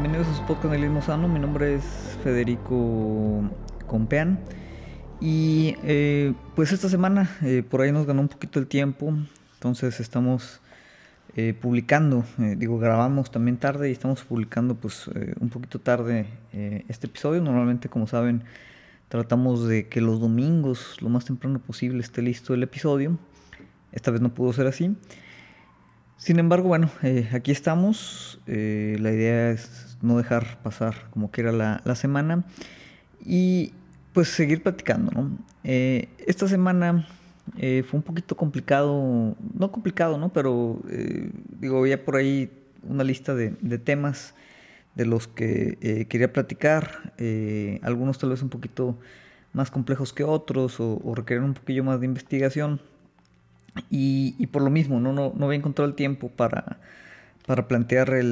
bienvenidos a su podcast Nihilismo Sano. Mi nombre es Federico Compeán. Y pues esta semana por ahí nos ganó un poquito el tiempo. Entonces estamos publicando, grabamos también tarde y estamos publicando pues un poquito tarde este episodio. Normalmente, como saben, tratamos de que los domingos, lo más temprano posible, esté listo el episodio. Esta vez no pudo ser así. Sin embargo, bueno, aquí estamos. La idea es no dejar pasar como quiera la semana y pues seguir platicando, ¿no? Esta semana fue un poquito complicado, no complicado, ¿no? Pero había por ahí una lista de temas de los que quería platicar. Algunos tal vez un poquito más complejos que otros o requieren un poquillo más de investigación. Y por lo mismo, no había encontrado el tiempo para plantear pues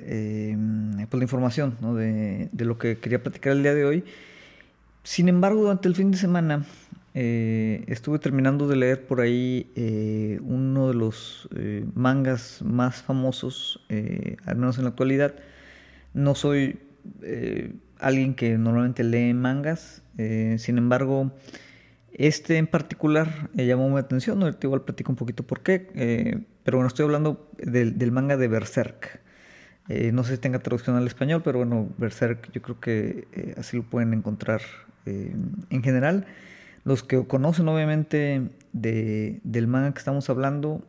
la información, ¿no? de lo que quería platicar el día de hoy. Sin embargo, durante el fin de semana estuve terminando de leer por ahí uno de los mangas más famosos, al menos en la actualidad. No soy alguien que normalmente lee mangas, sin embargo, este en particular llamó mi atención. Ahorita igual platico un poquito por qué, pero bueno, estoy hablando del manga de Berserk. No sé si tenga traducción al español, pero bueno, Berserk yo creo que así lo pueden encontrar en general. Los que conocen obviamente del manga que estamos hablando,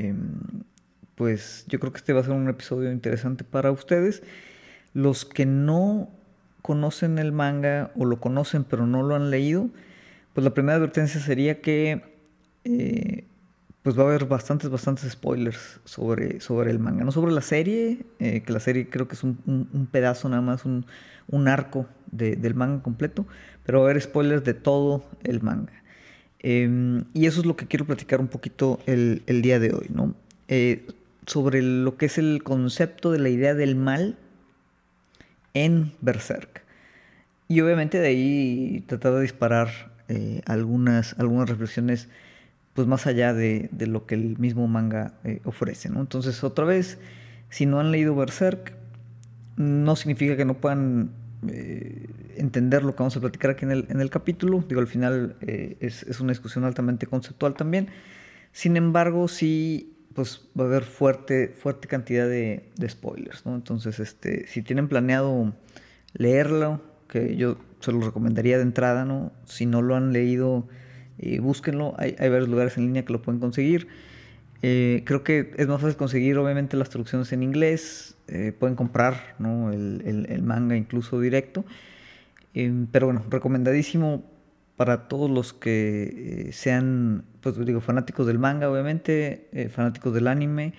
pues yo creo que este va a ser un episodio interesante para ustedes. Los que no conocen el manga o lo conocen pero no lo han leído, pues la primera advertencia sería que pues va a haber bastantes spoilers sobre el manga. No sobre la serie, que la serie creo que es un pedazo nada más, un arco del manga completo, pero va a haber spoilers de todo el manga. Y eso es lo que quiero platicar un poquito el día de hoy, ¿no? Sobre lo que es el concepto de la idea del mal en Berserk. Y obviamente de ahí tratar de disparar algunas reflexiones pues más allá de lo que el mismo manga ofrece, ¿no? Entonces, otra vez, si no han leído Berserk, no significa que no puedan entender lo que vamos a platicar aquí en el capítulo. Al final es una discusión altamente conceptual también. Sin embargo, sí, pues va a haber fuerte cantidad de spoilers, ¿no? Entonces, si tienen planeado leerlo, que yo se lo recomendaría de entrada, ¿no? Si no lo han leído, búsquenlo. Hay varios lugares en línea que lo pueden conseguir. Creo que es más fácil conseguir obviamente las traducciones en inglés. Pueden comprar, ¿no? el manga incluso directo. Pero bueno, recomendadísimo para todos los que sean, pues fanáticos del manga, obviamente, fanáticos del anime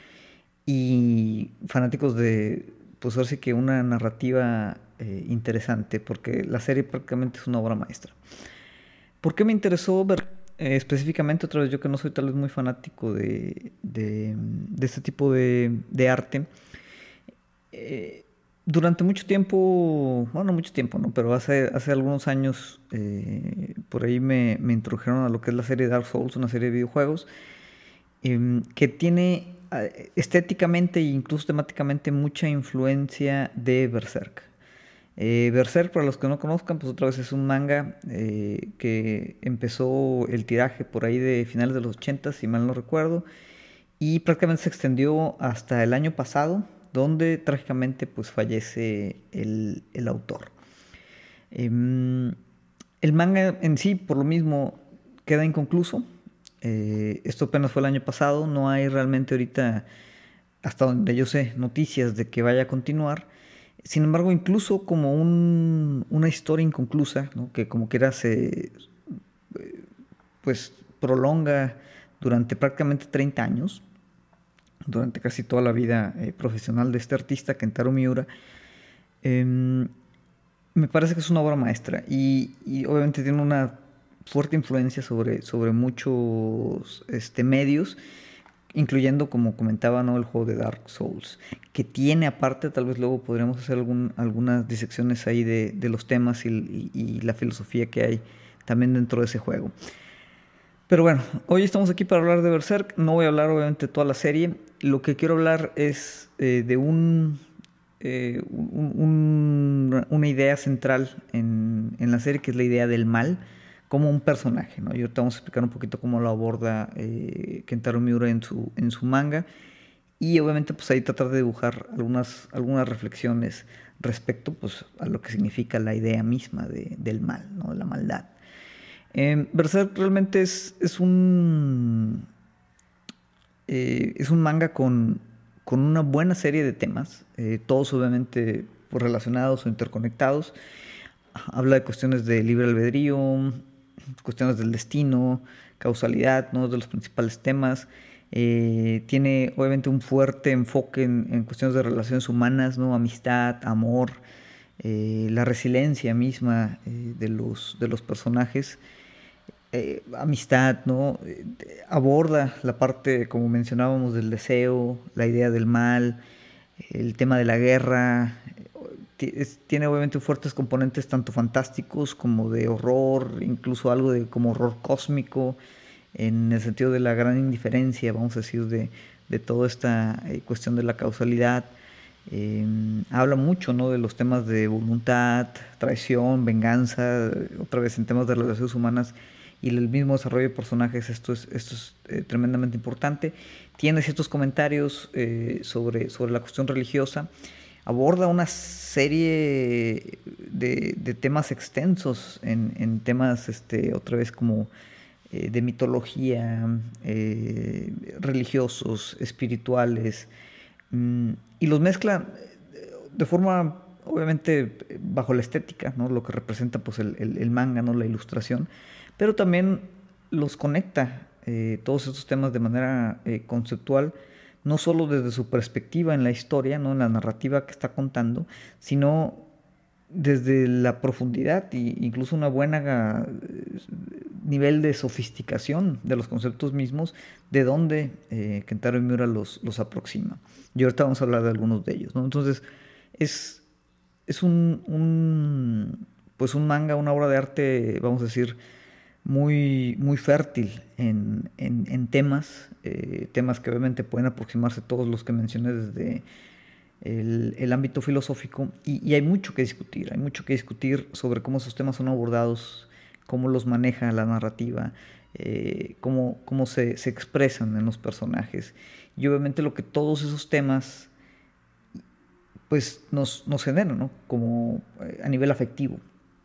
y fanáticos de, pues ahora sí que una narrativa interesante, porque la serie prácticamente es una obra maestra. ¿Por qué me interesó ver específicamente, otra vez yo que no soy tal vez muy fanático de este tipo de arte? Durante mucho tiempo, bueno, no mucho tiempo, ¿no? Pero hace algunos años por ahí me introdujeron a lo que es la serie Dark Souls, una serie de videojuegos que tiene estéticamente e incluso temáticamente mucha influencia de Berserk. Berserk, para los que no conozcan, pues otra vez es un manga que empezó el tiraje por ahí de finales de los 80, si mal no recuerdo, y prácticamente se extendió hasta el año pasado, donde trágicamente pues fallece el autor. El manga en sí, por lo mismo, queda inconcluso. Esto apenas fue el año pasado, no hay realmente ahorita, hasta donde yo sé, noticias de que vaya a continuar. Sin embargo, incluso como una historia inconclusa, ¿no? Que como quiera se pues prolonga durante prácticamente 30 años, durante casi toda la vida profesional de este artista, Kentaro Miura. Me parece que es una obra maestra y obviamente tiene una fuerte influencia sobre muchos medios, incluyendo, como comentaba, ¿no? El juego de Dark Souls, que tiene aparte, tal vez luego podríamos hacer algunas disecciones ahí de los temas y la filosofía que hay también dentro de ese juego. Pero bueno, hoy estamos aquí para hablar de Berserk. No voy a hablar obviamente de toda la serie. Lo que quiero hablar es de un una idea central en la serie, que es la idea del mal como un personaje, ¿no? Y ahorita vamos a explicar un poquito cómo lo aborda Kentaro Miura en su manga. Y obviamente pues ahí tratar de dibujar algunas reflexiones respecto pues a lo que significa la idea misma del mal, ¿no? De la maldad. Berserk realmente es un manga con una buena serie de temas, todos obviamente pues, relacionados o interconectados. Habla de cuestiones de libre albedrío, cuestiones del destino, causalidad, ¿no? De los principales temas. Tiene obviamente un fuerte enfoque en cuestiones de relaciones humanas, ¿no? Amistad, amor, la resiliencia misma de los personajes. Amistad, ¿no? Aborda la parte, como mencionábamos, del deseo, la idea del mal, el tema de la guerra. Tiene obviamente fuertes componentes tanto fantásticos como de horror, incluso algo de como horror cósmico, en el sentido de la gran indiferencia, vamos a decir, de toda esta cuestión de la causalidad. Habla mucho, ¿no? De los temas de voluntad, traición, venganza, otra vez en temas de relaciones humanas y el mismo desarrollo de personajes. Esto es tremendamente importante. Tiene ciertos comentarios sobre la cuestión religiosa. Aborda una serie de temas extensos en temas, otra vez como de mitología, religiosos, espirituales, y los mezcla de forma, obviamente, bajo la estética, ¿no? Lo que representa pues, el manga, ¿no? La ilustración, pero también los conecta todos estos temas de manera conceptual, no solo desde su perspectiva en la historia, ¿no? En la narrativa que está contando, sino desde la profundidad e incluso una buena nivel de sofisticación de los conceptos mismos, de donde Kentaro Miura los aproxima. Y ahorita vamos a hablar de algunos de ellos, ¿no? Entonces, es pues un manga, una obra de arte, vamos a decir, muy, muy fértil en temas, temas que obviamente pueden aproximarse todos los que mencioné desde el ámbito filosófico, y hay mucho que discutir sobre cómo esos temas son abordados, cómo los maneja la narrativa, cómo se expresan en los personajes, y obviamente lo que todos esos temas pues nos generan, ¿no? Como a nivel afectivo.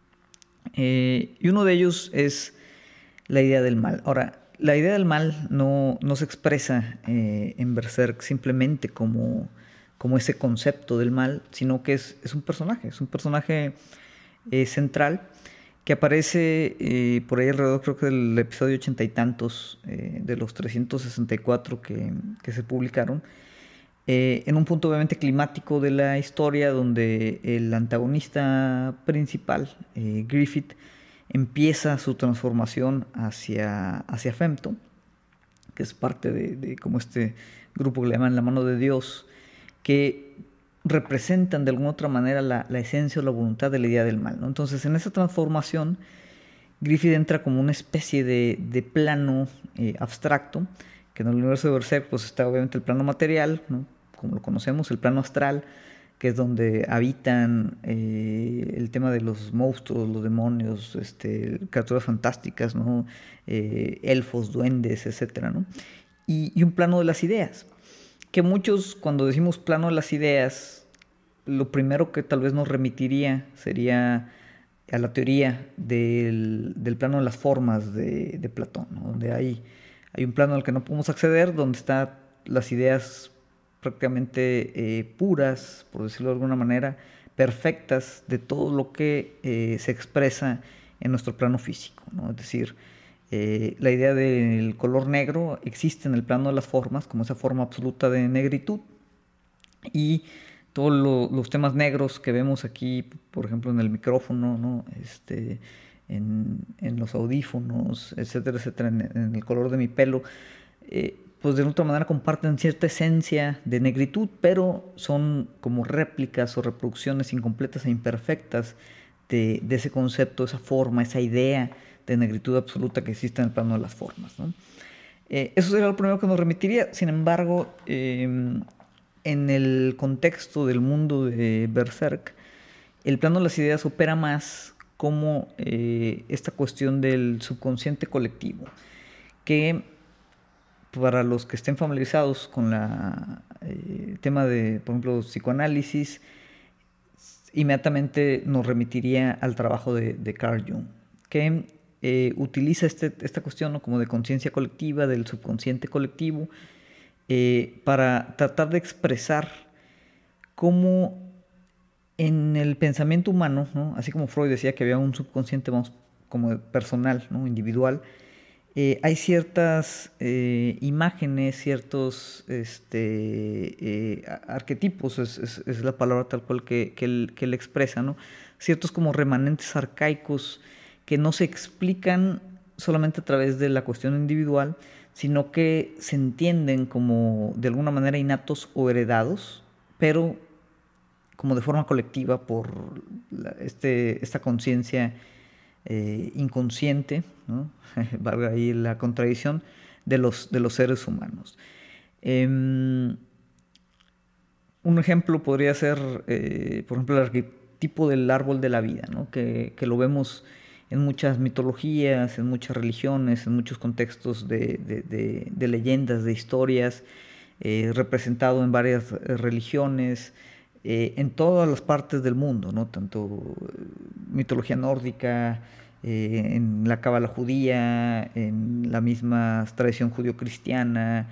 Y uno de ellos es la idea del mal. Ahora, la idea del mal no se expresa en Berserk simplemente como ese concepto del mal, sino que es un personaje central que aparece por ahí alrededor, creo que del episodio 80 y tantos de los 364 que se publicaron, en un punto obviamente climático de la historia, donde el antagonista principal, Griffith, empieza su transformación hacia Femto, que es parte de como este grupo que le llaman la mano de Dios, que representan de alguna otra manera la esencia o la voluntad de la idea del mal, ¿no? Entonces, en esa transformación, Griffith entra como una especie de plano abstracto, que en el universo de Berserk pues está obviamente el plano material, ¿no? Como lo conocemos, el plano astral, que es donde habitan el tema de los monstruos, los demonios, criaturas fantásticas, ¿no? Elfos, duendes, etcétera, ¿no? Y un plano de las ideas, que muchos, cuando decimos plano de las ideas, lo primero que tal vez nos remitiría sería a la teoría del plano de las formas de Platón, ¿no? Donde hay un plano al que no podemos acceder, donde están las ideas prácticamente puras, por decirlo de alguna manera, perfectas de todo lo que se expresa en nuestro plano físico, ¿no? Es decir, la idea del color negro existe en el plano de las formas, como esa forma absoluta de negritud, y todos los temas negros que vemos aquí, por ejemplo, en el micrófono, ¿no? En los audífonos, etcétera, etcétera, en el color de mi pelo, pues de otra manera comparten cierta esencia de negritud, pero son como réplicas o reproducciones incompletas e imperfectas de ese concepto, esa forma, esa idea de negritud absoluta que existe en el plano de las formas, ¿no? Eso sería lo primero que nos remitiría. Sin embargo, en en el contexto del mundo de Berserk, el plano de las ideas opera más como esta cuestión del subconsciente colectivo, que para los que estén familiarizados con el tema de, por ejemplo, psicoanálisis, inmediatamente nos remitiría al trabajo de Carl Jung, que utiliza esta cuestión, ¿no?, como de conciencia colectiva, del subconsciente colectivo, para tratar de expresar cómo en el pensamiento humano, ¿no?, así como Freud decía que había un subconsciente, vamos, como personal, ¿no?, individual, hay ciertas imágenes, ciertos arquetipos, es la palabra tal cual que él expresa, ¿no? Ciertos como remanentes arcaicos que no se explican solamente a través de la cuestión individual, sino que se entienden como de alguna manera innatos o heredados, pero como de forma colectiva por esta conciencia inconsciente, ¿no? Valga ahí la contradicción de los seres humanos. Un ejemplo podría ser, por ejemplo, el arquetipo del árbol de la vida, ¿no?, que lo vemos en muchas mitologías, en muchas religiones, en muchos contextos de leyendas, de historias, representado en varias religiones, en todas las partes del mundo, ¿no?, tanto mitología nórdica, en la cábala judía, en la misma tradición judío-cristiana,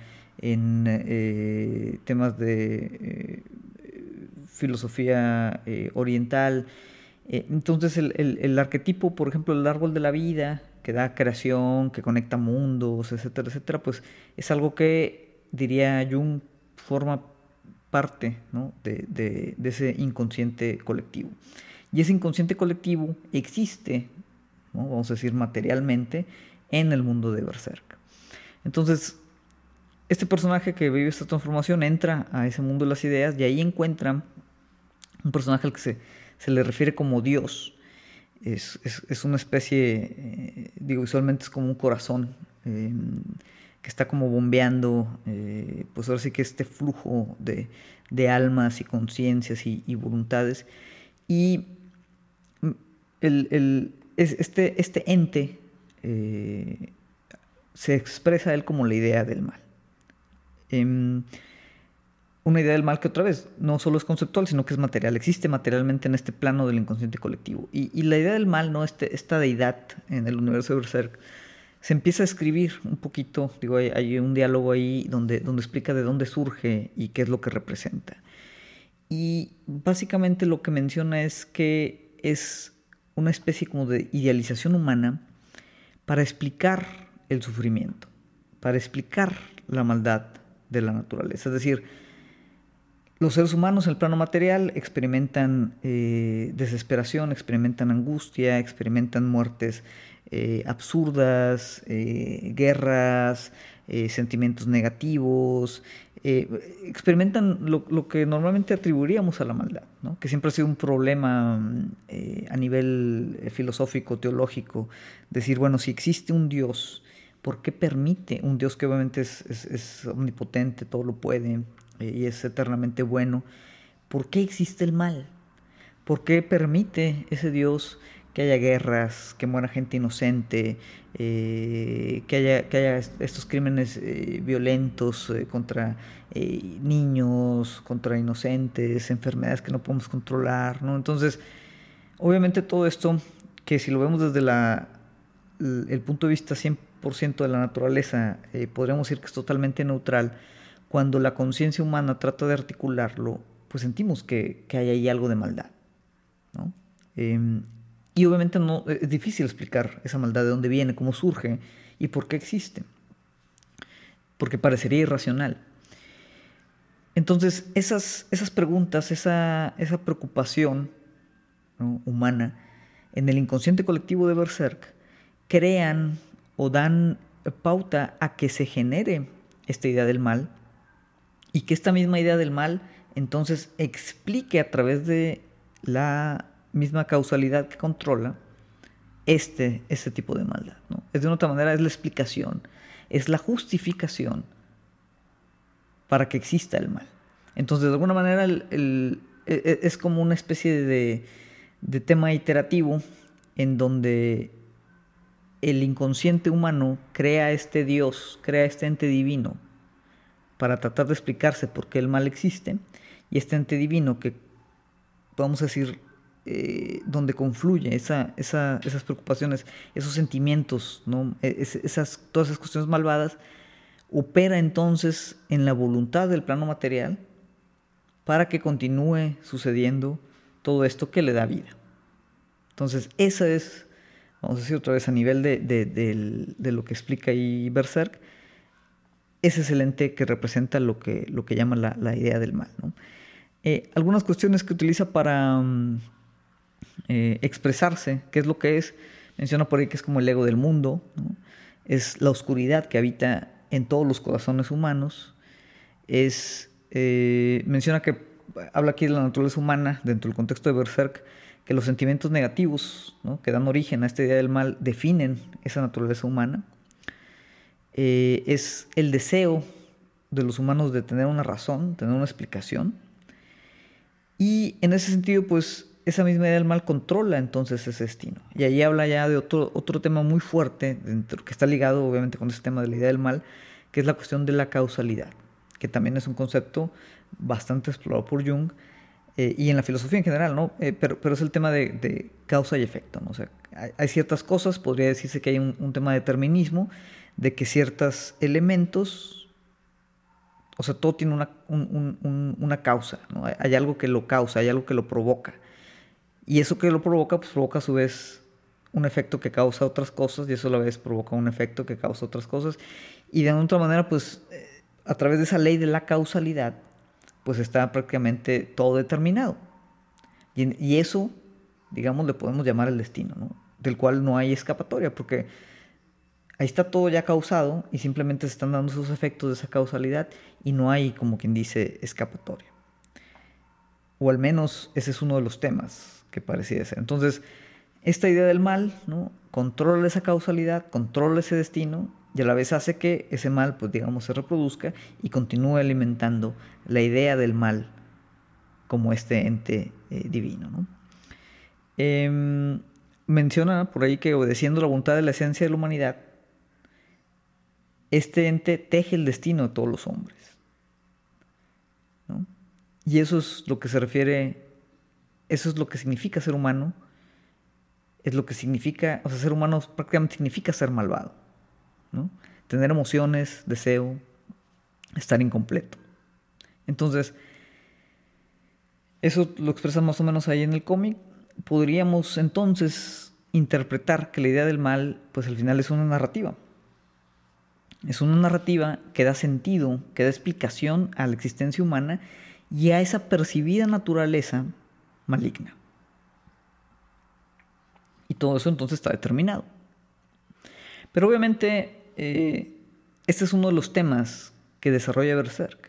en temas de filosofía oriental. Entonces el arquetipo, por ejemplo, el árbol de la vida, que da creación, que conecta mundos, etcétera, etcétera, pues es algo que, diría Jung, forma parte, ¿no?, de ese inconsciente colectivo. Y ese inconsciente colectivo existe, ¿no?, vamos a decir materialmente, en el mundo de Berserk. Entonces, este personaje que vive esta transformación entra a ese mundo de las ideas y ahí encuentra un personaje al que se le refiere como Dios. Es una especie, digo, visualmente es como un corazón que está como bombeando, pues ahora sí que este flujo de almas y conciencias y voluntades. Y este ente se expresa a él como la idea del mal. Una idea del mal que, otra vez, no solo es conceptual, sino que es material, existe materialmente en este plano del inconsciente colectivo. Y la idea del mal, ¿no?, esta deidad en el universo de Berserk, se empieza a escribir un poquito, digo, hay un diálogo ahí donde explica de dónde surge y qué es lo que representa. Y básicamente lo que menciona es que es una especie como de idealización humana para explicar el sufrimiento, para explicar la maldad de la naturaleza. Es decir, los seres humanos en el plano material experimentan desesperación, experimentan angustia, experimentan muertes absurdas, guerras, sentimientos negativos, experimentan lo que normalmente atribuiríamos a la maldad, ¿no?, que siempre ha sido un problema a nivel filosófico, teológico, decir, bueno, si existe un Dios, ¿por qué permite un Dios que obviamente es omnipotente, todo lo puede y es eternamente bueno? ¿Por qué existe el mal? ¿Por qué permite ese Dios que haya guerras, que muera gente inocente, que haya estos crímenes violentos contra niños, contra inocentes, enfermedades que no podemos controlar, ¿no? Entonces, obviamente todo esto, que si lo vemos desde el punto de vista 100% de la naturaleza, podríamos decir que es totalmente neutral. Cuando la conciencia humana trata de articularlo, pues sentimos que hay ahí algo de maldad, ¿no? Y obviamente no, es difícil explicar esa maldad, de dónde viene, cómo surge y por qué existe, porque parecería irracional. Entonces, esas preguntas, esa preocupación, ¿no?, humana, en el inconsciente colectivo de Berserk, crean o dan pauta a que se genere esta idea del mal, y que esta misma idea del mal entonces explique a través de la misma causalidad que controla este tipo de maldad, ¿no? Es de una otra manera, es la explicación, es la justificación para que exista el mal. Entonces, de alguna manera, es como una especie de tema iterativo en donde el inconsciente humano crea este Dios, crea este ente divino para tratar de explicarse por qué el mal existe, y este ente divino que, vamos a decir, donde confluye esas preocupaciones, esos sentimientos, ¿no? Todas esas cuestiones malvadas, opera entonces en la voluntad del plano material para que continúe sucediendo todo esto que le da vida. Entonces, esa es, vamos a decir otra vez, a nivel de lo que explica ahí Berserk, ese es el ente que representa lo que llama la idea del mal, ¿no? Algunas cuestiones que utiliza para expresarse, qué es lo que es, menciona por ahí que es como el ego del mundo, ¿no? Es la oscuridad que habita en todos los corazones humanos, menciona que, habla aquí de la naturaleza humana dentro del contexto de Berserk, que los sentimientos negativos, ¿no?, que dan origen a esta idea del mal definen esa naturaleza humana. Es el deseo de los humanos de tener una razón, tener una explicación, y en ese sentido, pues, esa misma idea del mal controla entonces ese destino. Y ahí habla ya de otro tema muy fuerte, que está ligado obviamente con ese tema de la idea del mal, que es la cuestión de la causalidad, que también es un concepto bastante explorado por Jung, y en la filosofía en general, ¿no? Pero es el tema de causa y efecto, ¿no? O sea, hay ciertas cosas, podría decirse que hay un tema de determinismo, de que ciertos elementos, o sea, todo tiene una causa, ¿no? Hay algo que lo causa, hay algo que lo provoca. Y eso que lo provoca, pues provoca a su vez un efecto que causa otras cosas, y eso a la vez provoca un efecto que causa otras cosas. Y de otra manera, pues, a través de esa ley de la causalidad, pues está prácticamente todo determinado. Y eso, digamos, le podemos llamar el destino, ¿no? Del cual no hay escapatoria, porque ahí está todo ya causado y simplemente se están dando esos efectos de esa causalidad y no hay, como quien dice, escapatoria. O al menos ese es uno de los temas que parecía ser. Entonces, esta idea del mal, ¿no?, controla esa causalidad, controla ese destino y a la vez hace que ese mal, pues digamos, se reproduzca y continúe alimentando la idea del mal como este ente divino, ¿no? Menciona por ahí que, obedeciendo la voluntad de la esencia de la humanidad, este ente teje el destino de todos los hombres, ¿no? Y eso es lo que se refiere, eso es lo que significa ser humano, es lo que significa, o sea, ser humano prácticamente significa ser malvado, ¿no? Tener emociones, deseo, estar incompleto. Entonces, eso lo expresa más o menos ahí en el cómic. Podríamos entonces interpretar que la idea del mal, pues al final es una narrativa. Es una narrativa que da sentido, que da explicación a la existencia humana y a esa percibida naturaleza maligna. Y todo eso entonces está determinado. Pero obviamente este es uno de los temas que desarrolla Berserk.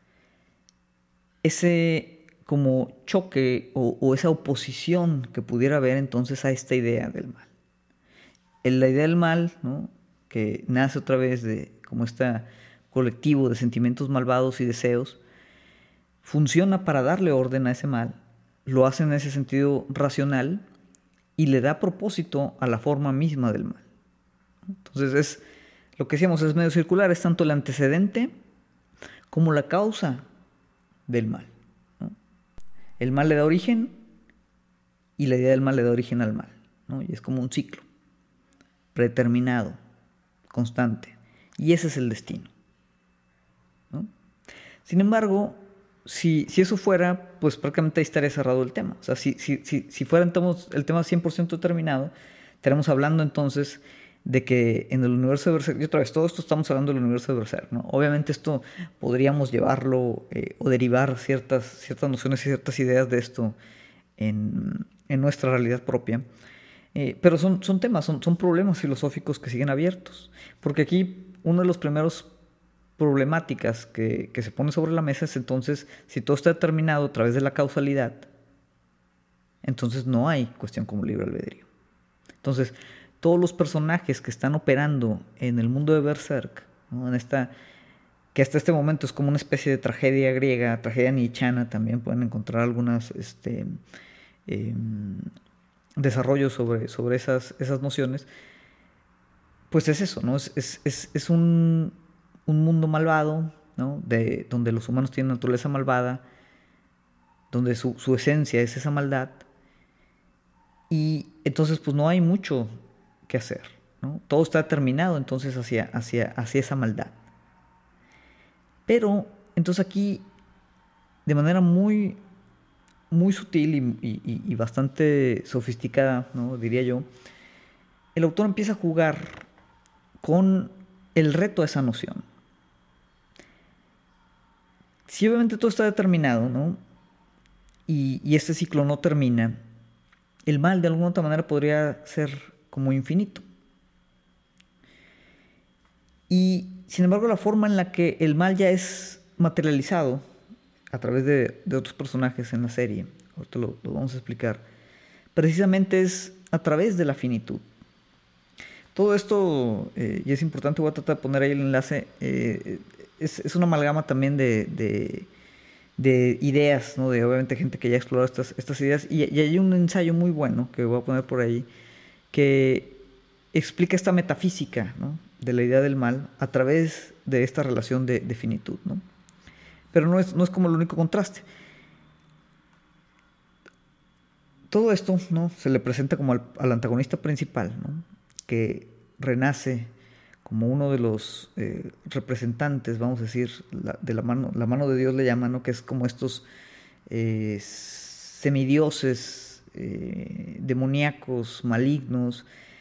Ese como choque o esa oposición que pudiera haber entonces a esta idea del mal. La idea del mal, ¿no?, que nace otra vez de como este colectivo de sentimientos malvados y deseos, funciona para darle orden a ese mal, lo hace en ese sentido racional y le da propósito a la forma misma del mal. Entonces es lo que decíamos, es medio circular, es tanto el antecedente como la causa del mal, ¿no? El mal le da origen y la idea del mal le da origen al mal, ¿no? Y es como un ciclo predeterminado, constante, y ese es el destino, ¿no? Sin embargo, si eso fuera, pues prácticamente ahí estaría cerrado el tema. O sea, si fuera entonces el tema 100% determinado, estaríamos hablando entonces de que en el universo de Berserk, y otra vez, todo esto estamos hablando del universo de Berserk, ¿no? Obviamente esto podríamos llevarlo o derivar ciertas nociones y ciertas ideas de esto en nuestra realidad propia. Pero son temas, son problemas filosóficos que siguen abiertos. Porque aquí uno de los primeros problemáticas que se pone sobre la mesa es entonces, si todo está determinado a través de la causalidad, entonces no hay cuestión como libre albedrío. Entonces, todos los personajes que están operando en el mundo de Berserk, ¿no?, en esta que hasta este momento es como una especie de tragedia griega, tragedia nietzscheana, también pueden encontrar algunas desarrollos sobre esas nociones, pues es eso, ¿no? Es un mundo malvado, ¿no? Donde los humanos tienen naturaleza malvada, donde su esencia es esa maldad, y entonces pues no hay mucho que hacer, ¿no? Todo está determinado entonces hacia esa maldad. Pero entonces aquí, de manera muy, muy sutil y bastante sofisticada, ¿no? Diría yo, el autor empieza a jugar con el reto a esa noción. Si obviamente todo está determinado, ¿no? Y este ciclo no termina, el mal de alguna otra manera podría ser como infinito. Y sin embargo, la forma en la que el mal ya es materializado a través de otros personajes en la serie, ahorita lo vamos a explicar, precisamente es a través de la finitud. Todo esto, y es importante, voy a tratar de poner ahí el enlace, es una amalgama también de ideas, ¿no? De obviamente gente que ya ha explorado estas ideas, y hay un ensayo muy bueno que voy a poner por ahí, que explica esta metafísica, ¿no? De la idea del mal a través de esta relación de finitud, ¿no? Pero no es como el único contraste. Todo esto, ¿no? Se le presenta como al antagonista principal, ¿no? Que renace como uno de los representantes, vamos a decir, de la mano de Dios le llaman, ¿no? Que es como estos semidioses demoníacos, malignos,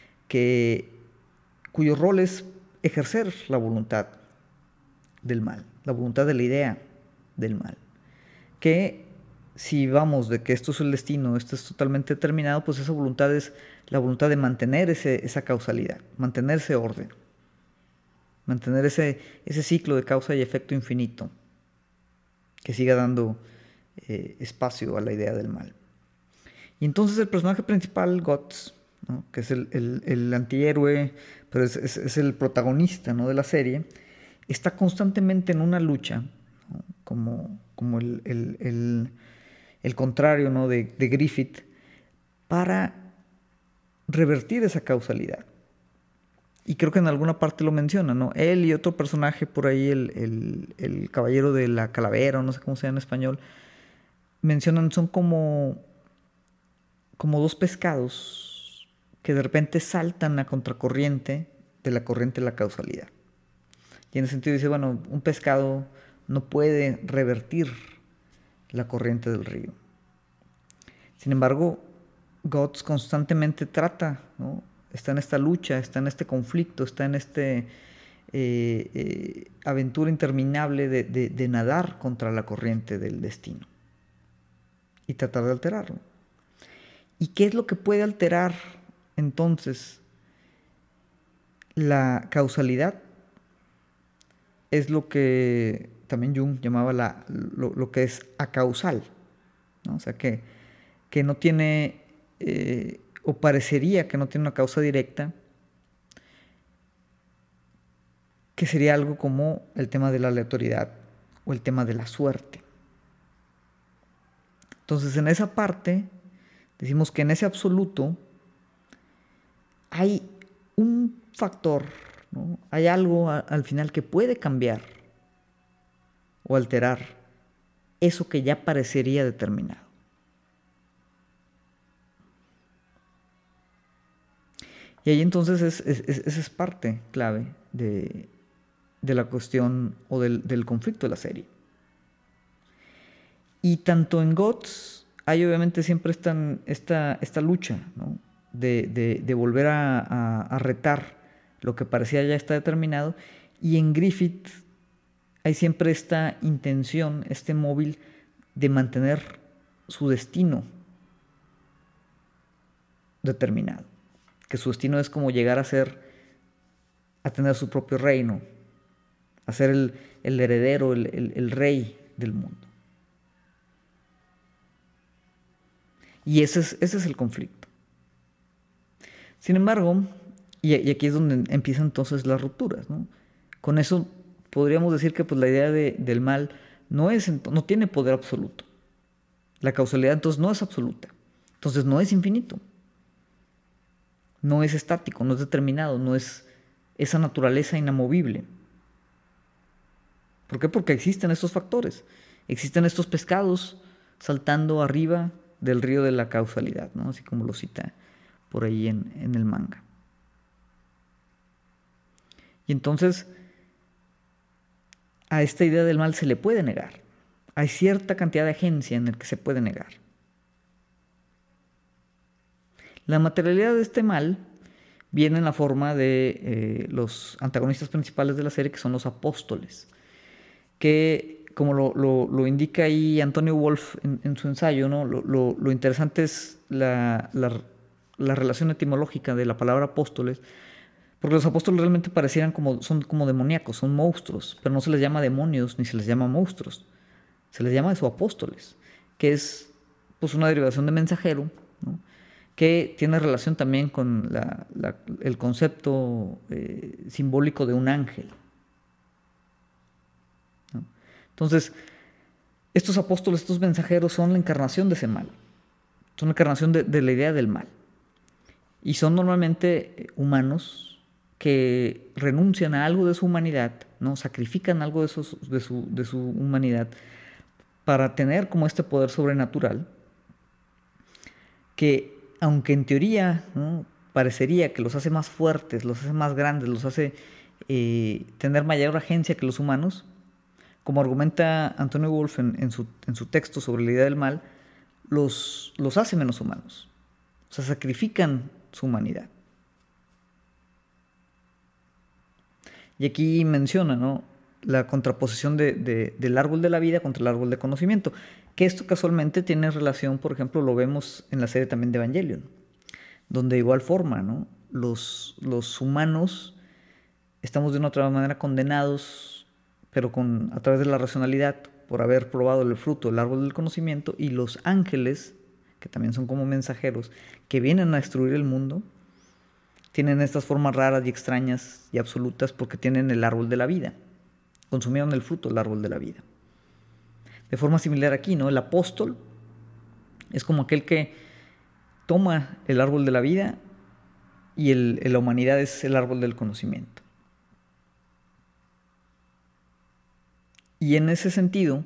cuyo rol es ejercer la voluntad del mal, la voluntad de la idea del mal. Que si vamos de que esto es el destino, esto es totalmente determinado, pues esa voluntad es la voluntad de mantener esa causalidad, mantener ese orden, mantener ese ciclo de causa y efecto infinito, que siga dando espacio a la idea del mal. Y entonces el personaje principal, Guts, ¿no? Que es el antihéroe, pero es el protagonista, ¿no? De la serie, está constantemente en una lucha, ¿no? Como el contrario, ¿no? de Griffith, para revertir esa causalidad. Y creo que en alguna parte lo menciona, ¿no? Él y otro personaje por ahí, el caballero de la calavera, o no sé cómo se llama en español, mencionan, son como dos pescados que de repente saltan a contracorriente de la corriente de la causalidad. Y en ese sentido dice, bueno, un pescado no puede revertir la corriente del río. Sin embargo, Guts constantemente trata, ¿no? Está en esta lucha, está en este conflicto, está en este aventura interminable de nadar contra la corriente del destino y tratar de alterarlo. ¿Y qué es lo que puede alterar entonces la causalidad? Es lo que también Jung llamaba lo que es acausal, ¿no? O sea, que no tiene, o parecería que no tiene una causa directa, que sería algo como el tema de la aleatoriedad o el tema de la suerte. Entonces, en esa parte, decimos que en ese absoluto hay un factor, ¿no? Hay algo al final que puede cambiar o alterar eso que ya parecería determinado. Y ahí entonces esa es parte clave de la cuestión o del conflicto de la serie. Y tanto en Guts hay obviamente siempre esta lucha, ¿no? de volver a retar lo que parecía ya está determinado, y en Griffith hay siempre esta intención, este móvil de mantener su destino determinado, que su destino es como llegar a tener su propio reino, a ser el heredero, el rey del mundo. Y ese es el conflicto. Sin embargo, y aquí es donde empiezan entonces las rupturas, ¿no? Con eso podríamos decir que pues, la idea del mal no tiene poder absoluto. La causalidad entonces no es absoluta. Entonces no es infinito. No es estático, no es determinado, no es esa naturaleza inamovible. ¿Por qué? Porque existen estos factores. Existen estos pescados saltando arriba del río de la causalidad, ¿no? Así como lo cita por ahí en el manga. Y entonces a esta idea del mal se le puede negar. Hay cierta cantidad de agencia en el que se puede negar. La materialidad de este mal viene en la forma de los antagonistas principales de la serie, que son los apóstoles, que como lo indica ahí Antonio Wolf en su ensayo, ¿no? Lo interesante es la relación etimológica de la palabra apóstoles, porque los apóstoles realmente son como demoníacos, son monstruos, pero no se les llama demonios ni se les llama monstruos, se les llama eso apóstoles, que es pues una derivación de mensajero, ¿no? Que tiene relación también con el concepto simbólico de un ángel, ¿no? Entonces, estos apóstoles, estos mensajeros son la encarnación de ese mal, son la encarnación de la idea del mal, y son normalmente humanos que renuncian a algo de su humanidad, ¿no? Sacrifican algo de su humanidad para tener como este poder sobrenatural que, aunque en teoría, ¿no?, parecería que los hace más fuertes, los hace más grandes, los hace tener mayor agencia que los humanos, como argumenta Antonio Wolf en su texto sobre la idea del mal, los hace menos humanos, o sea, sacrifican su humanidad. Y aquí menciona, ¿no?, la contraposición del árbol de la vida contra el árbol de conocimiento, que esto casualmente tiene relación, por ejemplo, lo vemos en la serie también de Evangelion, donde de igual forma, ¿no?, los humanos estamos de una otra manera condenados, pero a través de la racionalidad, por haber probado el fruto del árbol del conocimiento, y los ángeles, que también son como mensajeros, que vienen a destruir el mundo, tienen estas formas raras y extrañas y absolutas porque tienen el árbol de la vida. Consumieron el fruto del árbol de la vida. De forma similar aquí, ¿no? El apóstol es como aquel que toma el árbol de la vida y la humanidad es el árbol del conocimiento. Y en ese sentido,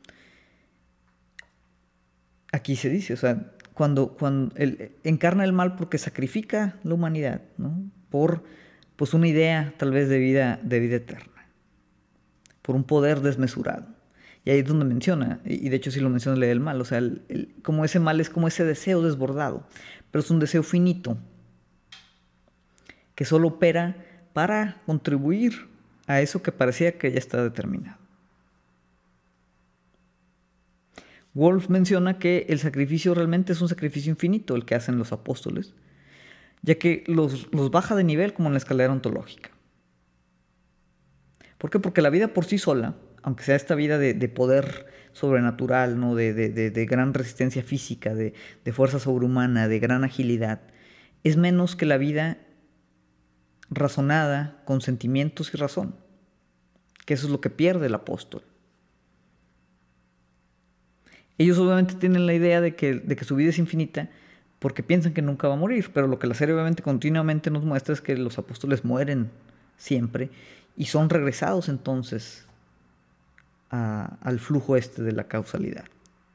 aquí se dice, o sea, cuando él encarna el mal porque sacrifica la humanidad, ¿no?, por pues una idea tal vez de vida eterna, por un poder desmesurado. Y ahí es donde menciona, y de hecho sí lo menciona la idea del mal, o sea, como ese mal es como ese deseo desbordado, pero es un deseo finito, que solo opera para contribuir a eso que parecía que ya está determinado. Wolf menciona que el sacrificio realmente es un sacrificio infinito el que hacen los apóstoles, ya que los baja de nivel como en la escalera ontológica. ¿Por qué? Porque la vida por sí sola, aunque sea esta vida de poder sobrenatural, ¿no?, de gran resistencia física, de fuerza sobrehumana, de gran agilidad, es menos que la vida razonada con sentimientos y razón, que eso es lo que pierde el apóstol. Ellos obviamente tienen la idea de que su vida es infinita porque piensan que nunca va a morir, pero lo que la serie obviamente continuamente nos muestra es que los apóstoles mueren siempre y son regresados entonces al flujo de la causalidad.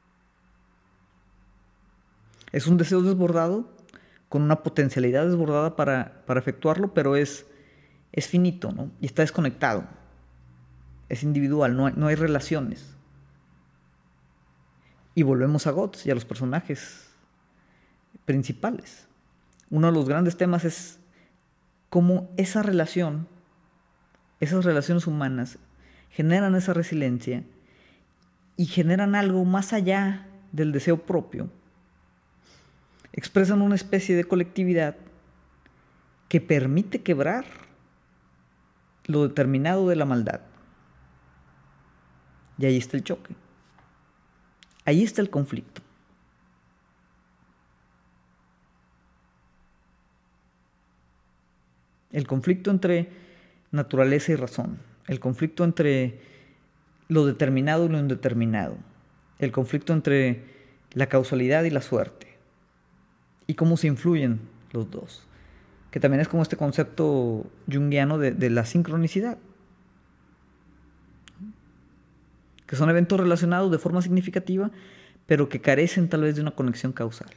Es un deseo desbordado con una potencialidad desbordada para efectuarlo, pero es finito, ¿no?, y está desconectado, es individual, no hay relaciones. Y volvemos a Guts y a los personajes principales. Uno de los grandes temas es cómo esas relaciones humanas generan esa resiliencia y generan algo más allá del deseo propio. Expresan una especie de colectividad que permite quebrar lo determinado de la maldad. Y ahí está el choque. Ahí está el conflicto. El conflicto entre naturaleza y razón, El conflicto entre lo determinado y lo indeterminado. El conflicto entre la causalidad y la suerte. Y cómo se influyen los dos. Que también es como este concepto junguiano de la sincronicidad. Que son eventos relacionados de forma significativa, pero que carecen tal vez de una conexión causal.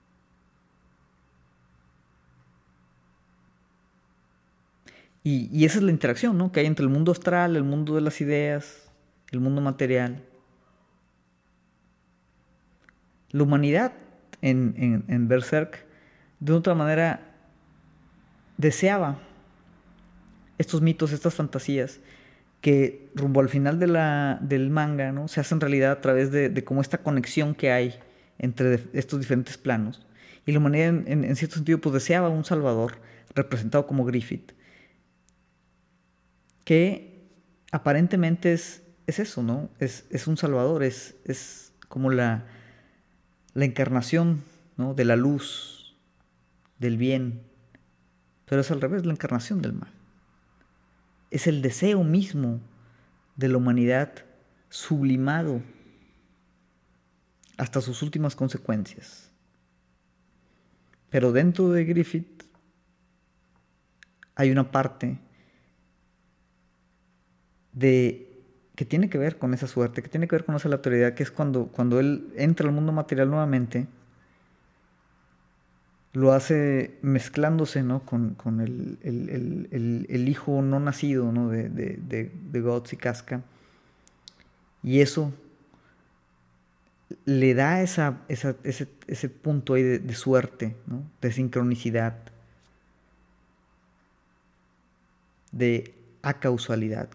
Y esa es la interacción, ¿no?, que hay entre el mundo astral, el mundo de las ideas, el mundo material. La humanidad en Berserk, de otra manera, deseaba estos mitos, estas fantasías, que rumbo al final del manga, ¿no?, se hacen realidad a través de cómo esta conexión que hay entre estos diferentes planos. Y la humanidad, en cierto sentido, pues deseaba un salvador, representado como Griffith, que aparentemente es eso, ¿no? Es un salvador, es como la encarnación, ¿no?, de la luz, del bien, pero es al revés, la encarnación del mal. Es el deseo mismo de la humanidad sublimado hasta sus últimas consecuencias. Pero dentro de Griffith hay una parte que tiene que ver con esa suerte, que tiene que ver con esa aleatoriedad, que es cuando él entra al mundo material nuevamente, lo hace mezclándose, ¿no?, con el hijo no nacido, ¿no?, de Guts y Casca. Y eso le da ese punto ahí de suerte, ¿no?, de sincronicidad, de acausalidad.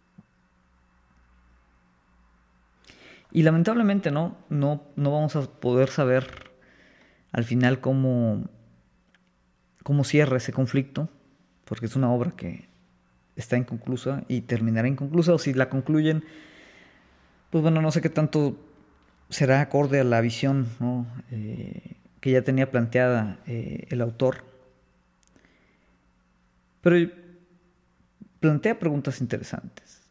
Y lamentablemente no vamos a poder saber al final cómo cierra ese conflicto, porque es una obra que está inconclusa y terminará inconclusa, o si la concluyen, pues bueno, no sé qué tanto será acorde a la visión, ¿no?, que ya tenía planteada el autor. Pero plantea preguntas interesantes.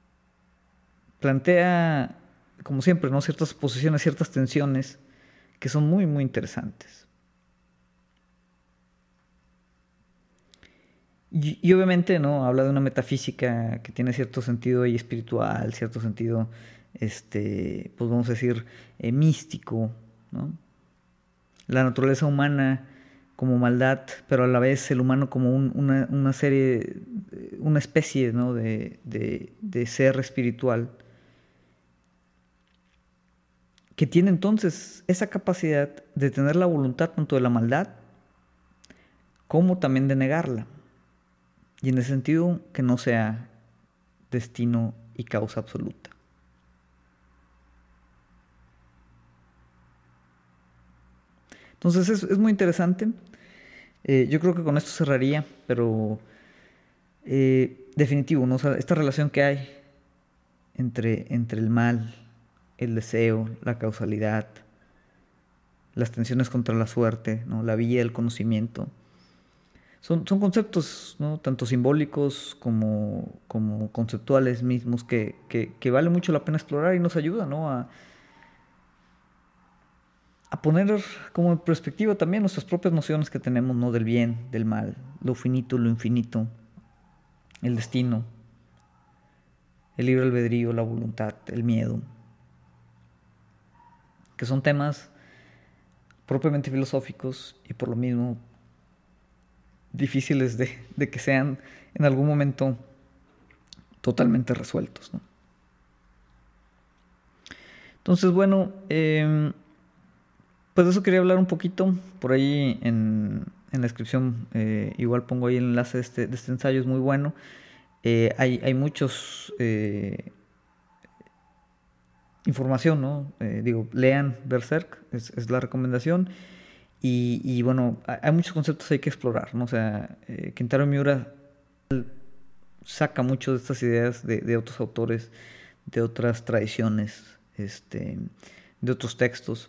Plantea, como siempre, ¿no?, ciertas posiciones, ciertas tensiones que son muy, muy interesantes. Y obviamente, ¿no?, habla de una metafísica que tiene cierto sentido y espiritual, cierto sentido, pues vamos a decir, místico, ¿no? La naturaleza humana como maldad, pero a la vez el humano como una serie, una especie, ¿no?, de ser espiritual, que tiene entonces esa capacidad de tener la voluntad tanto de la maldad como también de negarla. Y en ese sentido, que no sea destino y causa absoluta. Entonces es muy interesante. Yo creo que con esto cerraría, pero definitivo, ¿no? O sea, esta relación que hay entre el mal, el deseo, la causalidad, las tensiones contra la suerte, ¿no?, la vía del conocimiento. Son conceptos, ¿no?, tanto simbólicos como conceptuales mismos que vale mucho la pena explorar y nos ayuda, ¿no?, a poner como en perspectiva también nuestras propias nociones que tenemos, ¿no?, del bien, del mal, lo finito, lo infinito, el destino, el libre albedrío, la voluntad, el miedo, que son temas propiamente filosóficos y por lo mismo difíciles de que sean en algún momento totalmente resueltos, ¿no? Entonces, bueno, pues de eso quería hablar un poquito. Por ahí en la descripción igual pongo ahí el enlace de este ensayo, es muy bueno. Hay muchos información, ¿no? Lean Berserk, es la recomendación. Y bueno, hay muchos conceptos ahí que explorar, ¿no? O sea, Kentaro Miura saca mucho de estas ideas de otros autores, de otras tradiciones, de otros textos.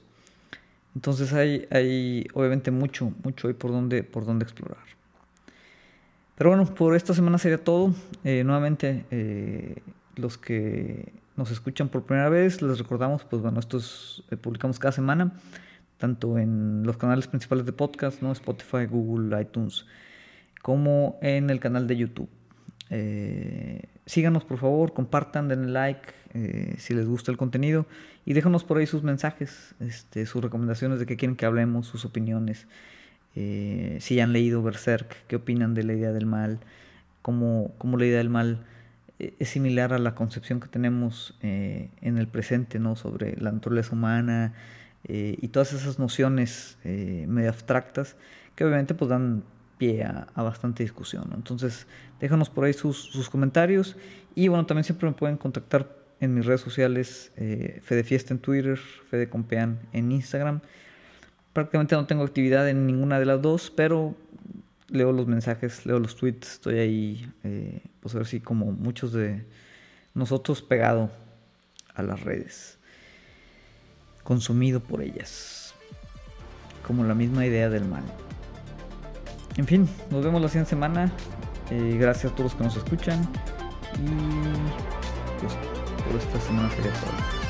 Entonces hay obviamente mucho ahí por donde explorar. Pero bueno, por esta semana sería todo. Nuevamente, los que nos escuchan por primera vez, les recordamos, pues bueno, estos publicamos cada semana, tanto en los canales principales de podcast, ¿no? Spotify, Google, iTunes, como en el canal de YouTube. Síganos por favor, compartan, denle like si les gusta el contenido y déjanos por ahí sus mensajes, sus recomendaciones de qué quieren que hablemos, sus opiniones, si han leído Berserk, qué opinan de la idea del mal, cómo la idea del mal es similar a la concepción que tenemos en el presente, ¿no? Sobre la naturaleza humana y todas esas nociones medio abstractas que obviamente pues dan pie a bastante discusión, ¿no? Entonces déjanos por ahí sus comentarios y bueno, también siempre me pueden contactar en mis redes sociales, Fede Fiesta en Twitter, Fede Compean en Instagram. Prácticamente no tengo actividad en ninguna de las dos, pero leo los mensajes, leo los tweets, estoy ahí, pues a ver si como muchos de nosotros pegado a las redes, consumido por ellas, como la misma idea del mal. En fin, nos vemos la siguiente semana. Gracias a todos los que nos escuchan. Y pues por esta semana sería todo.